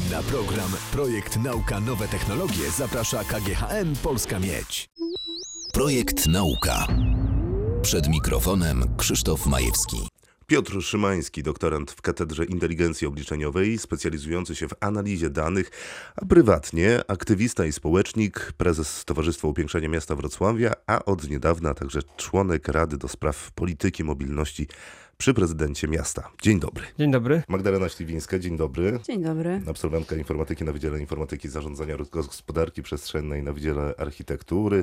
Na program Projekt Nauka Nowe Technologie zaprasza KGHM Polska Miedź. Projekt Nauka. Przed mikrofonem Krzysztof Majewski. Piotr Szymański, doktorant w Katedrze Inteligencji Obliczeniowej, specjalizujący się w analizie danych, a prywatnie aktywista i społecznik, prezes Towarzystwa Upiększania Miasta Wrocławia, a od niedawna także członek Rady do Spraw Polityki Mobilności przy prezydencie miasta. Dzień dobry. Dzień dobry. Magdalena Śliwińska, dzień dobry. Dzień dobry. Absolwentka informatyki na Wydziale Informatyki i Zarządzania Gospodarki Przestrzennej na Wydziale Architektury,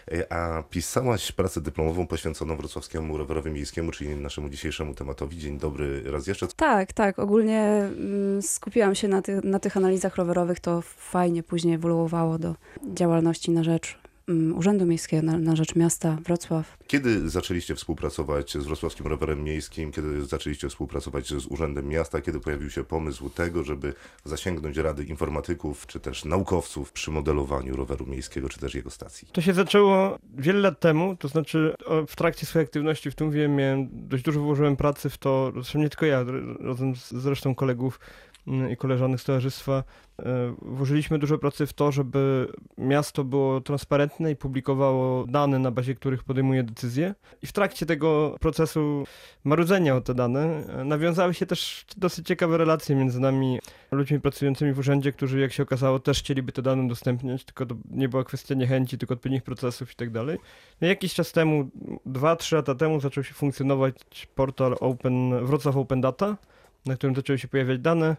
a pisałaś pracę dyplomową poświęconą wrocławskiemu rowerowi miejskiemu, czyli naszemu dzisiejszemu tematowi. Dzień dobry raz jeszcze. Tak. Ogólnie skupiłam się na tych analizach rowerowych. To fajnie później ewoluowało do działalności na rzecz Urzędu Miejskiego, na rzecz miasta Wrocław. Kiedy zaczęliście współpracować z Wrocławskim Rowerem Miejskim? Kiedy zaczęliście współpracować z Urzędem Miasta? Kiedy pojawił się pomysł tego, żeby zasięgnąć rady informatyków, czy też naukowców przy modelowaniu roweru miejskiego, czy też jego stacji? To się zaczęło wiele lat temu, to znaczy w trakcie swojej aktywności w Tumwie dość dużo włożyłem pracy w to, zresztą nie tylko ja, razem z resztą kolegów i koleżanek z towarzystwa, włożyliśmy dużo pracy w to, żeby miasto było transparentne i publikowało dane, na bazie których podejmuje decyzje. I w trakcie tego procesu marudzenia o te dane nawiązały się też dosyć ciekawe relacje między nami, ludźmi pracującymi w urzędzie, którzy, jak się okazało, też chcieliby te dane udostępniać, tylko to nie była kwestia niechęci, tylko odpowiednich procesów i tak dalej. Jakiś czas temu, 2-3 lata temu, zaczął się funkcjonować portal Wrocław Open Data, na którym zaczęły się pojawiać dane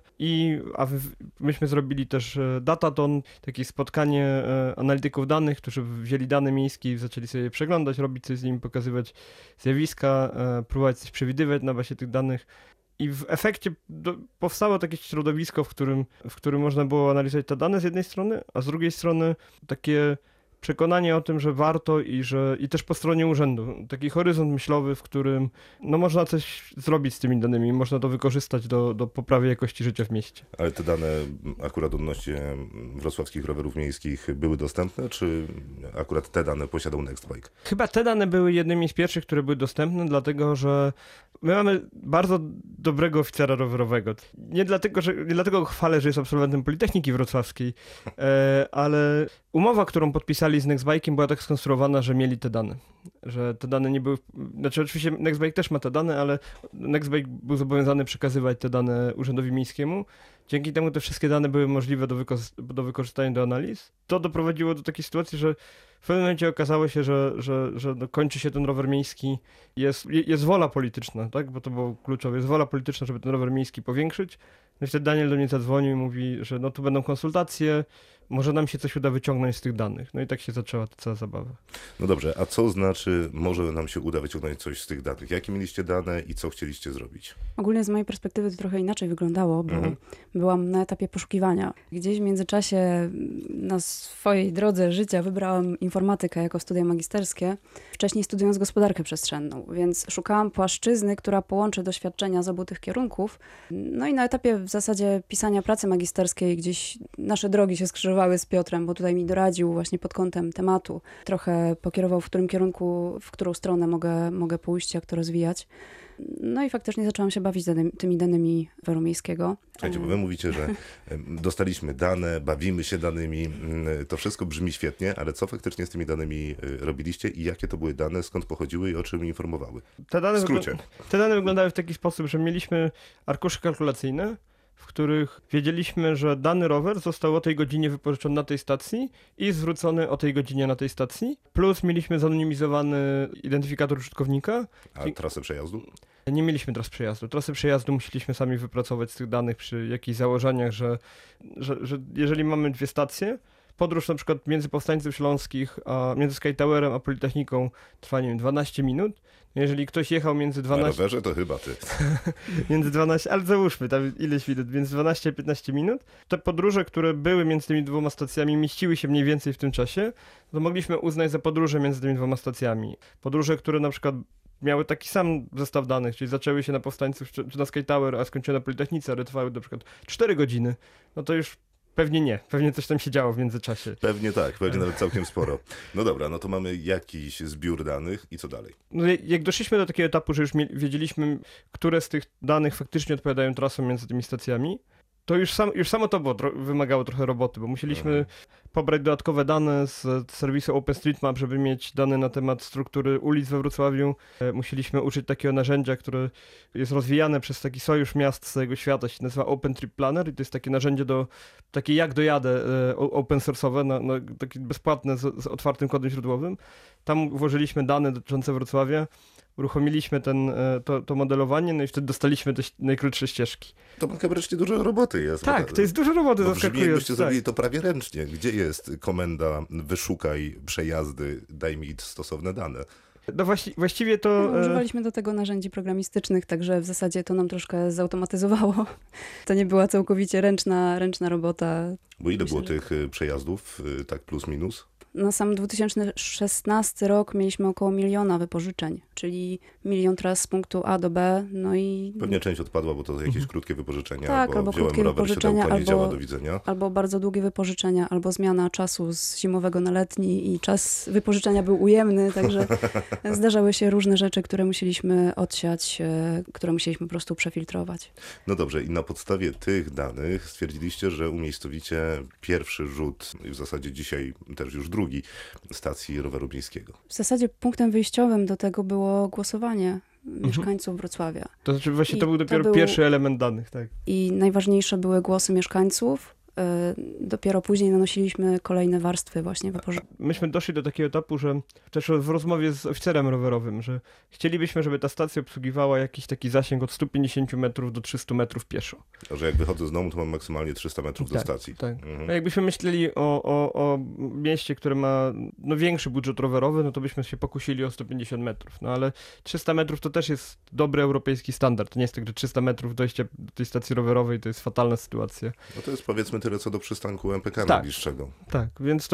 myśmy zrobili też dataton, takie spotkanie analityków danych, którzy wzięli dane miejskie i zaczęli sobie je przeglądać, robić coś z nimi, pokazywać zjawiska, próbować coś przewidywać na bazie tych danych. I w efekcie powstało takie środowisko, w którym można było analizować te dane z jednej strony, a z drugiej strony takie przekonanie o tym, że warto i też po stronie urzędu. Taki horyzont myślowy, w którym można coś zrobić z tymi danymi, można to wykorzystać do poprawy jakości życia w mieście. Ale te dane akurat odnośnie wrocławskich rowerów miejskich były dostępne, czy akurat te dane posiadał Nextbike? Chyba te dane były jednymi z pierwszych, które były dostępne, dlatego że my mamy bardzo dobrego oficera rowerowego. Nie dlatego chwalę, że jest absolwentem Politechniki Wrocławskiej, ale umowa, którą podpisali z Nextbike'iem, była tak skonstruowana, że mieli te dane. Że te dane nie były... Znaczy oczywiście Nextbike też ma te dane, ale Nextbike był zobowiązany przekazywać te dane Urzędowi Miejskiemu. Dzięki temu te wszystkie dane były możliwe do wykorzystania do analiz. To doprowadziło do takiej sytuacji, że w pewnym momencie okazało się, że kończy się ten rower miejski. Jest wola polityczna, tak? Bo to było kluczowe. Jest wola polityczna, żeby ten rower miejski powiększyć. No i wtedy Daniel do mnie zadzwonił i mówi, że tu będą konsultacje, może nam się coś uda wyciągnąć z tych danych. No i tak się zaczęła ta cała zabawa. No dobrze, a co znaczy, może nam się uda wyciągnąć coś z tych danych? Jakie mieliście dane i co chcieliście zrobić? Ogólnie z mojej perspektywy to trochę inaczej wyglądało, bo byłam na etapie poszukiwania. Gdzieś w międzyczasie na swojej drodze życia wybrałam informatykę jako studia magisterskie, wcześniej studiując gospodarkę przestrzenną, więc szukałam płaszczyzny, która połączy doświadczenia z obu tych kierunków. No i na etapie w zasadzie pisania pracy magisterskiej gdzieś nasze drogi się skrzyżowały z Piotrem, bo tutaj mi doradził właśnie pod kątem tematu. Trochę pokierował, w którym kierunku, w którą stronę mogę pójść, jak to rozwijać. No i faktycznie zaczęłam się bawić tymi danymi roweru miejskiego. Słuchajcie, bo wy mówicie, że dostaliśmy dane, bawimy się danymi, to wszystko brzmi świetnie, ale co faktycznie z tymi danymi robiliście i jakie to były dane, skąd pochodziły i o czym informowały? W skrócie. Te dane wyglądały w taki sposób, że mieliśmy arkusze kalkulacyjne, w których wiedzieliśmy, że dany rower został o tej godzinie wypożyczony na tej stacji i zwrócony o tej godzinie na tej stacji. Plus mieliśmy zanonimizowany identyfikator użytkownika. A trasę przejazdu? Nie mieliśmy tras przejazdu. Trasy przejazdu musieliśmy sami wypracować z tych danych przy jakichś założeniach, że jeżeli mamy dwie stacje, podróż na przykład między Powstańców Śląskich, między Sky Towerem a Politechniką trwa, 12 minut. Jeżeli ktoś jechał między 12... Na rowerze to chyba ty. między 12, ale załóżmy tam ileś minut, między 12 a 15 minut. Te podróże, które były między tymi dwoma stacjami, mieściły się mniej więcej w tym czasie, to mogliśmy uznać za podróże między tymi dwoma stacjami. Podróże, które na przykład miały taki sam zestaw danych, czyli zaczęły się na Powstańców czy na Sky Tower, a skończyły na Politechnice, ale trwały na przykład 4 godziny, no to już pewnie nie. Pewnie coś tam się działo w międzyczasie. Pewnie tak, pewnie nawet całkiem sporo. No dobra, no to mamy jakiś zbiór danych i co dalej? No, jak doszliśmy do takiego etapu, że już wiedzieliśmy, które z tych danych faktycznie odpowiadają trasom między tymi stacjami, to już samo to wymagało trochę roboty, bo musieliśmy pobrać dodatkowe dane z serwisu OpenStreetMap, żeby mieć dane na temat struktury ulic we Wrocławiu. Musieliśmy użyć takiego narzędzia, które jest rozwijane przez taki sojusz miast z całego świata, się nazywa OpenTripPlanner i to jest takie narzędzie takie jak dojadę open source'owe, takie bezpłatne z otwartym kodem źródłowym. Tam włożyliśmy dane dotyczące Wrocławia, uruchomiliśmy to modelowanie, no i wtedy dostaliśmy te najkrótsze ścieżki. To makaberycznie dużo roboty jest. Tak, to jest dużo roboty, zaskakujące. Jakbyście zrobili to prawie ręcznie. Gdzie jest komenda wyszukaj przejazdy, daj mi stosowne dane? No właściwie to... Używaliśmy do tego narzędzi programistycznych, także w zasadzie to nam troszkę zautomatyzowało. To nie była całkowicie ręczna robota. Bo ile było tych przejazdów, tak plus minus? Na sam 2016 rok mieliśmy około 1 miliona wypożyczeń, czyli 1 milion tras z punktu A do B, no i... Pewnie część odpadła, bo to jakieś krótkie wypożyczenia, tak, albo wziąłem krótkie rower, wypożyczenia, siodełko nie działa, do widzenia. Albo bardzo długie wypożyczenia, albo zmiana czasu z zimowego na letni i czas wypożyczenia był ujemny, także zdarzały się różne rzeczy, które musieliśmy odsiać, które musieliśmy po prostu przefiltrować. No dobrze, i na podstawie tych danych stwierdziliście, że umiejscowicie pierwszy rzut, w zasadzie dzisiaj też już drugi, stacji roweru miejskiego. W zasadzie punktem wyjściowym do tego było głosowanie mieszkańców Wrocławia. To znaczy właśnie to był dopiero pierwszy element danych, tak. I najważniejsze były głosy mieszkańców. Dopiero później nanosiliśmy kolejne warstwy właśnie wypożyczenia. Myśmy doszli do takiego etapu, że też w rozmowie z oficerem rowerowym, że chcielibyśmy, żeby ta stacja obsługiwała jakiś taki zasięg od 150 metrów do 300 metrów pieszo. Że jak wychodzę z domu, to mam maksymalnie 300 metrów do stacji. Tak. A jakbyśmy myśleli o mieście, które ma większy budżet rowerowy, no to byśmy się pokusili o 150 metrów. No ale 300 metrów to też jest dobry europejski standard. To nie jest tak, że 300 metrów dojścia do tej stacji rowerowej to jest fatalna sytuacja. No to jest powiedzmy tyle co do przystanku MPK najbliższego. Tak, więc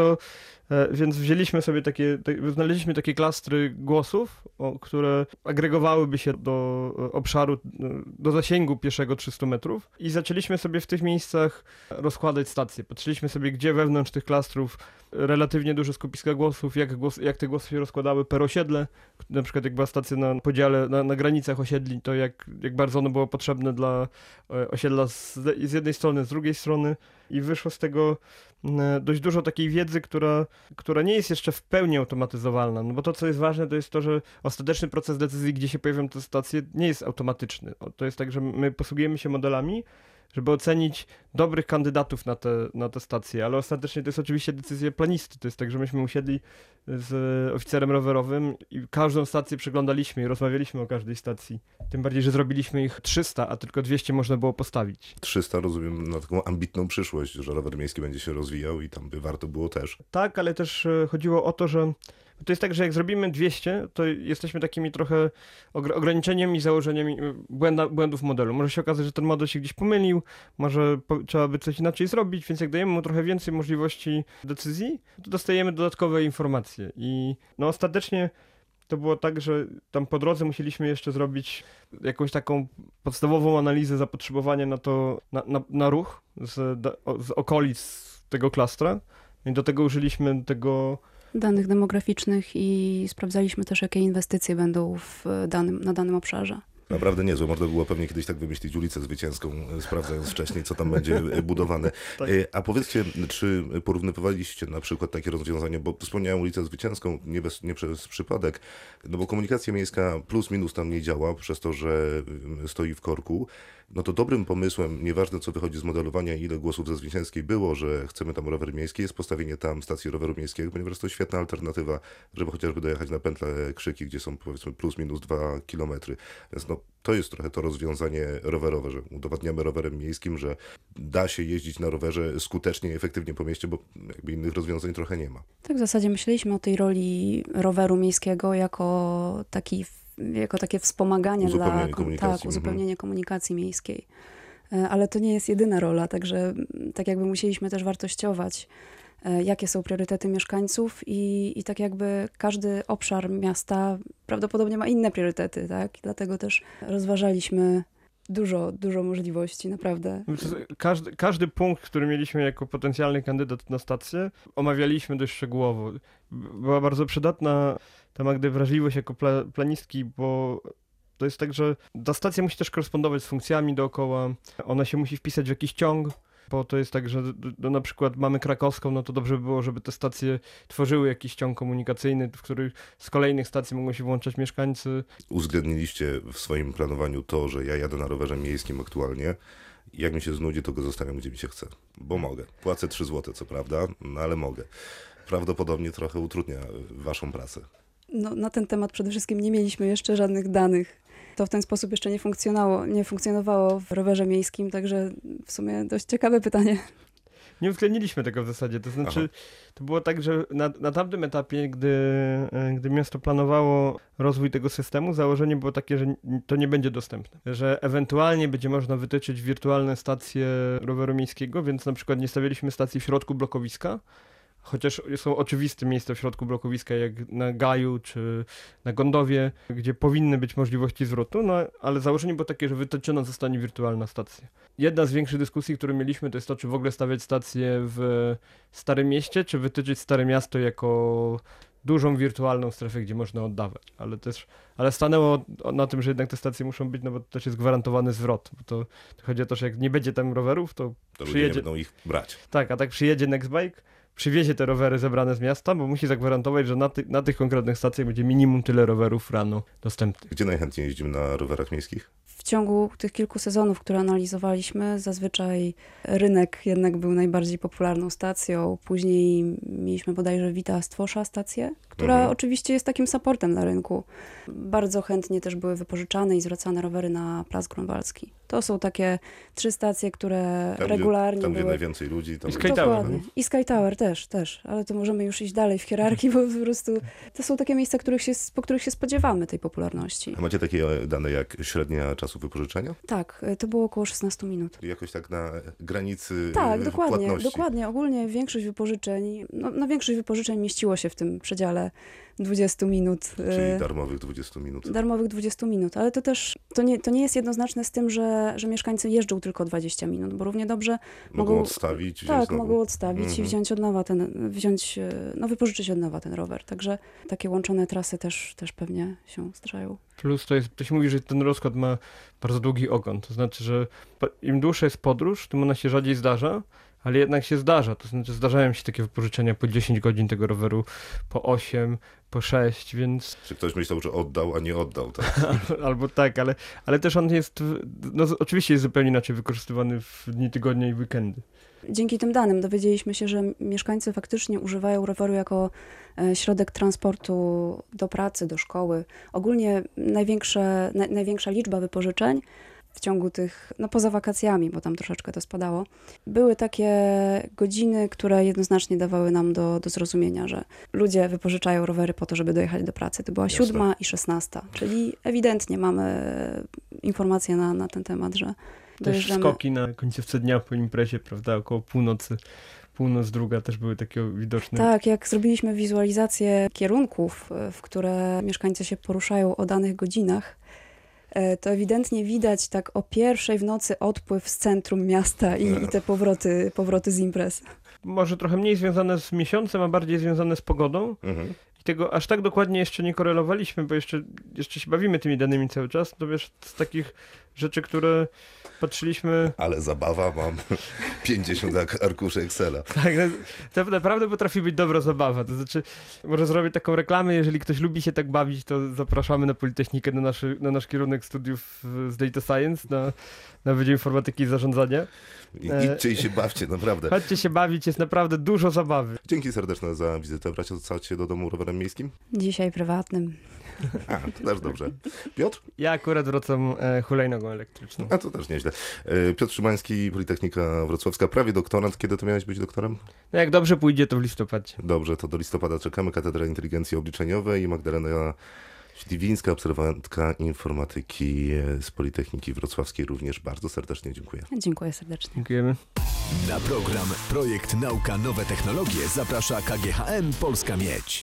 wzięliśmy sobie znaleźliśmy takie klastry głosów, które agregowałyby się do obszaru, do zasięgu pieszego 300 metrów i zaczęliśmy sobie w tych miejscach rozkładać stacje. Patrzyliśmy sobie, gdzie wewnątrz tych klastrów relatywnie duże skupiska głosów, jak te głosy się rozkładały per osiedle. Na przykład jak była stacja na podziale, na granicach osiedli, to jak bardzo ono było potrzebne dla osiedla z jednej strony, z drugiej strony. I wyszło z tego dość dużo takiej wiedzy, która nie jest jeszcze w pełni automatyzowalna. No bo to, co jest ważne, to jest to, że ostateczny proces decyzji, gdzie się pojawią te stacje, nie jest automatyczny. To jest tak, że my posługujemy się modelami, żeby ocenić dobrych kandydatów na te stacje, ale ostatecznie to jest oczywiście decyzja planisty. To jest tak, że myśmy usiedli z oficerem rowerowym i każdą stację przeglądaliśmy i rozmawialiśmy o każdej stacji. Tym bardziej, że zrobiliśmy ich 300, a tylko 200 można było postawić. 300 rozumiem na taką ambitną przyszłość, że rower miejski będzie się rozwijał i tam by warto było też. Tak, ale też chodziło o to, że to jest tak, że jak zrobimy 200, to jesteśmy takimi trochę ograniczeniem i założeniami błędów modelu. Może się okazać, że ten model się gdzieś pomylił, może trzeba by coś inaczej zrobić, więc jak dajemy mu trochę więcej możliwości decyzji, to dostajemy dodatkowe informacje. I ostatecznie to było tak, że tam po drodze musieliśmy jeszcze zrobić jakąś taką podstawową analizę zapotrzebowania na ruch z okolic tego klastra. I do tego użyliśmy danych demograficznych i sprawdzaliśmy też, jakie inwestycje będą na danym obszarze. Naprawdę niezłe. Można było pewnie kiedyś tak wymyślić ulicę Zwycięską, sprawdzając wcześniej, co tam będzie budowane. Tak. A powiedzcie, czy porównywaliście na przykład takie rozwiązania, bo wspomniałem ulicę Zwycięską nie przez przypadek, no bo komunikacja miejska plus minus tam nie działa, przez to, że stoi w korku. No to dobrym pomysłem, nieważne co wychodzi z modelowania, ile głosów ze Zwycięskiej było, że chcemy tam rower miejski, jest postawienie tam stacji roweru miejskiego, ponieważ to świetna alternatywa, żeby chociażby dojechać na pętlę Krzyki, gdzie są powiedzmy plus minus 2 kilometry. Więc to jest trochę to rozwiązanie rowerowe, że udowadniamy rowerem miejskim, że da się jeździć na rowerze skutecznie i efektywnie po mieście, bo jakby innych rozwiązań trochę nie ma. Tak, w zasadzie myśleliśmy o tej roli roweru miejskiego jako takie wspomaganie uzupełnienie komunikacji miejskiej. Ale to nie jest jedyna rola, także tak jakby musieliśmy też wartościować, jakie są priorytety mieszkańców i tak jakby każdy obszar miasta prawdopodobnie ma inne priorytety, tak? Dlatego też rozważaliśmy dużo możliwości, naprawdę. Każdy punkt, który mieliśmy jako potencjalny kandydat na stację, omawialiśmy dość szczegółowo. Była bardzo przydatna ta wrażliwość jako planistki, bo To jest tak, że ta stacja musi też korespondować z funkcjami dookoła, ona się musi wpisać w jakiś ciąg, bo to jest tak, że na przykład mamy krakowską, no to dobrze by było, żeby te stacje tworzyły jakiś ciąg komunikacyjny, w których z kolejnych stacji mogą się włączać mieszkańcy. Uwzględniliście w swoim planowaniu to, że ja jadę na rowerze miejskim aktualnie. Jak mi się znudzi, to go zostawiam, gdzie mi się chce, bo mogę. Płacę 3 zł, co prawda, no ale mogę. Prawdopodobnie trochę utrudnia waszą pracę. No, na ten temat przede wszystkim nie mieliśmy jeszcze żadnych danych. To w ten sposób jeszcze nie funkcjonowało w rowerze miejskim, także w sumie dość ciekawe pytanie. Nie uwzględniliśmy tego w zasadzie, to znaczy to było tak, że na tamtym etapie, gdy miasto planowało rozwój tego systemu, założenie było takie, że to nie będzie dostępne, że ewentualnie będzie można wytyczyć wirtualne stacje roweru miejskiego, więc na przykład nie stawialiśmy stacji w środku blokowiska, chociaż są oczywiste miejsca w środku blokowiska, jak na Gaju czy na Gondowie, gdzie powinny być możliwości zwrotu, no ale założenie było takie, że wytyczona zostanie wirtualna stacja. Jedna z większych dyskusji, które mieliśmy, to jest to, czy w ogóle stawiać stację w Starym Mieście, czy wytyczyć Stare Miasto jako dużą wirtualną strefę, gdzie można oddawać, ale stanęło na tym, że jednak te stacje muszą być, no bo to też jest gwarantowany zwrot, bo to chodzi o to, że jak nie będzie tam rowerów, to ludzie nie będą ich brać. Tak, a tak przyjedzie Nextbike, przywiezie te rowery zebrane z miasta, bo musi zagwarantować, że na tych konkretnych stacjach będzie minimum tyle rowerów rano dostępnych. Gdzie najchętniej jeździmy na rowerach miejskich? W ciągu tych kilku sezonów, które analizowaliśmy, zazwyczaj Rynek jednak był najbardziej popularną stacją. Później mieliśmy bodajże Wita Stwosza stację, która oczywiście jest takim supportem dla rynku. Bardzo chętnie też były wypożyczane i zwracane rowery na Plac Grunwaldzki. To są takie 3 stacje, które tam, regularnie tam, były... gdzie najwięcej ludzi. Tam I Sky Tower. Dokładnie. I Sky Tower też. Ale to możemy już iść dalej w hierarchii, bo po prostu to są takie miejsca, po których się spodziewamy tej popularności. A macie takie dane jak średnia czasu wypożyczenia? Tak, to było około 16 minut. Jakoś tak na granicy Tak, płatności. dokładnie. Ogólnie większość wypożyczeń mieściło się w tym przedziale 20 minut. Czyli darmowych 20 minut. Darmowych 20 minut, ale to też to nie jest jednoznaczne z tym, że mieszkańcy jeżdżą tylko 20 minut, bo równie dobrze mogą odstawić. Tak, mogą odstawić i wziąć od nowa wypożyczyć od nowa ten rower. Także takie łączone trasy też pewnie się zdarzają. Plus to się mówi, że ten rozkład ma bardzo długi ogon, to znaczy, że im dłuższa jest podróż, tym ona się rzadziej zdarza, ale jednak się zdarza, to znaczy zdarzają się takie wypożyczenia po 10 godzin tego roweru, po 8, po 6, więc... Czy ktoś myślał, że oddał, a nie oddał, tak? Albo tak, ale też on jest, no oczywiście jest zupełnie inaczej wykorzystywany w dni tygodnia i weekendy. Dzięki tym danym dowiedzieliśmy się, że mieszkańcy faktycznie używają roweru jako środek transportu do pracy, do szkoły. Ogólnie największa liczba wypożyczeń w ciągu tych, poza wakacjami, bo tam troszeczkę to spadało, były takie godziny, które jednoznacznie dawały nam do zrozumienia, że ludzie wypożyczają rowery po to, żeby dojechać do pracy. To była 7 i 16, czyli ewidentnie mamy informacje na ten temat, że dojeżdżamy. Też skoki na końcówce dnia po imprezie, prawda, około północy. Północ druga też były takie widoczne. Tak, jak zrobiliśmy wizualizację kierunków, w które mieszkańcy się poruszają o danych godzinach, to ewidentnie widać tak o 1:00 w nocy odpływ z centrum miasta i te powroty z imprez. Może trochę mniej związane z miesiącem, a bardziej związane z pogodą. I tego aż tak dokładnie jeszcze nie korelowaliśmy, bo jeszcze się bawimy tymi danymi cały czas. To wiesz, z takich rzeczy, które patrzyliśmy... Ale zabawa, mam 50 arkuszy Excela. Tak, to naprawdę potrafi być dobra zabawa. To znaczy, może zrobię taką reklamę, jeżeli ktoś lubi się tak bawić, to zapraszamy na Politechnikę, na nasz kierunek studiów z Data Science, na Wydział Informatyki i Zarządzania. Idźcie i się bawcie, naprawdę. Chodźcie się bawić, jest naprawdę dużo zabawy. Dzięki serdeczne za wizytę. Wracacie do domu rowerem miejskim? Dzisiaj prywatnym. A, to też dobrze. Piotr? Ja akurat wracam hulajnogą elektryczną. A to też nieźle. Piotr Szymański, Politechnika Wrocławska, prawie doktorant. Kiedy to miałeś być doktorem? No jak dobrze pójdzie, to w listopadzie. Dobrze, to do listopada czekamy. Katedra Inteligencji Obliczeniowej i Magdalena Śliwińska, absolwentka informatyki z Politechniki Wrocławskiej również. Bardzo serdecznie dziękuję. Dziękuję serdecznie. Dziękujemy. Na program Projekt Nauka Nowe Technologie zaprasza KGHM Polska Miedź.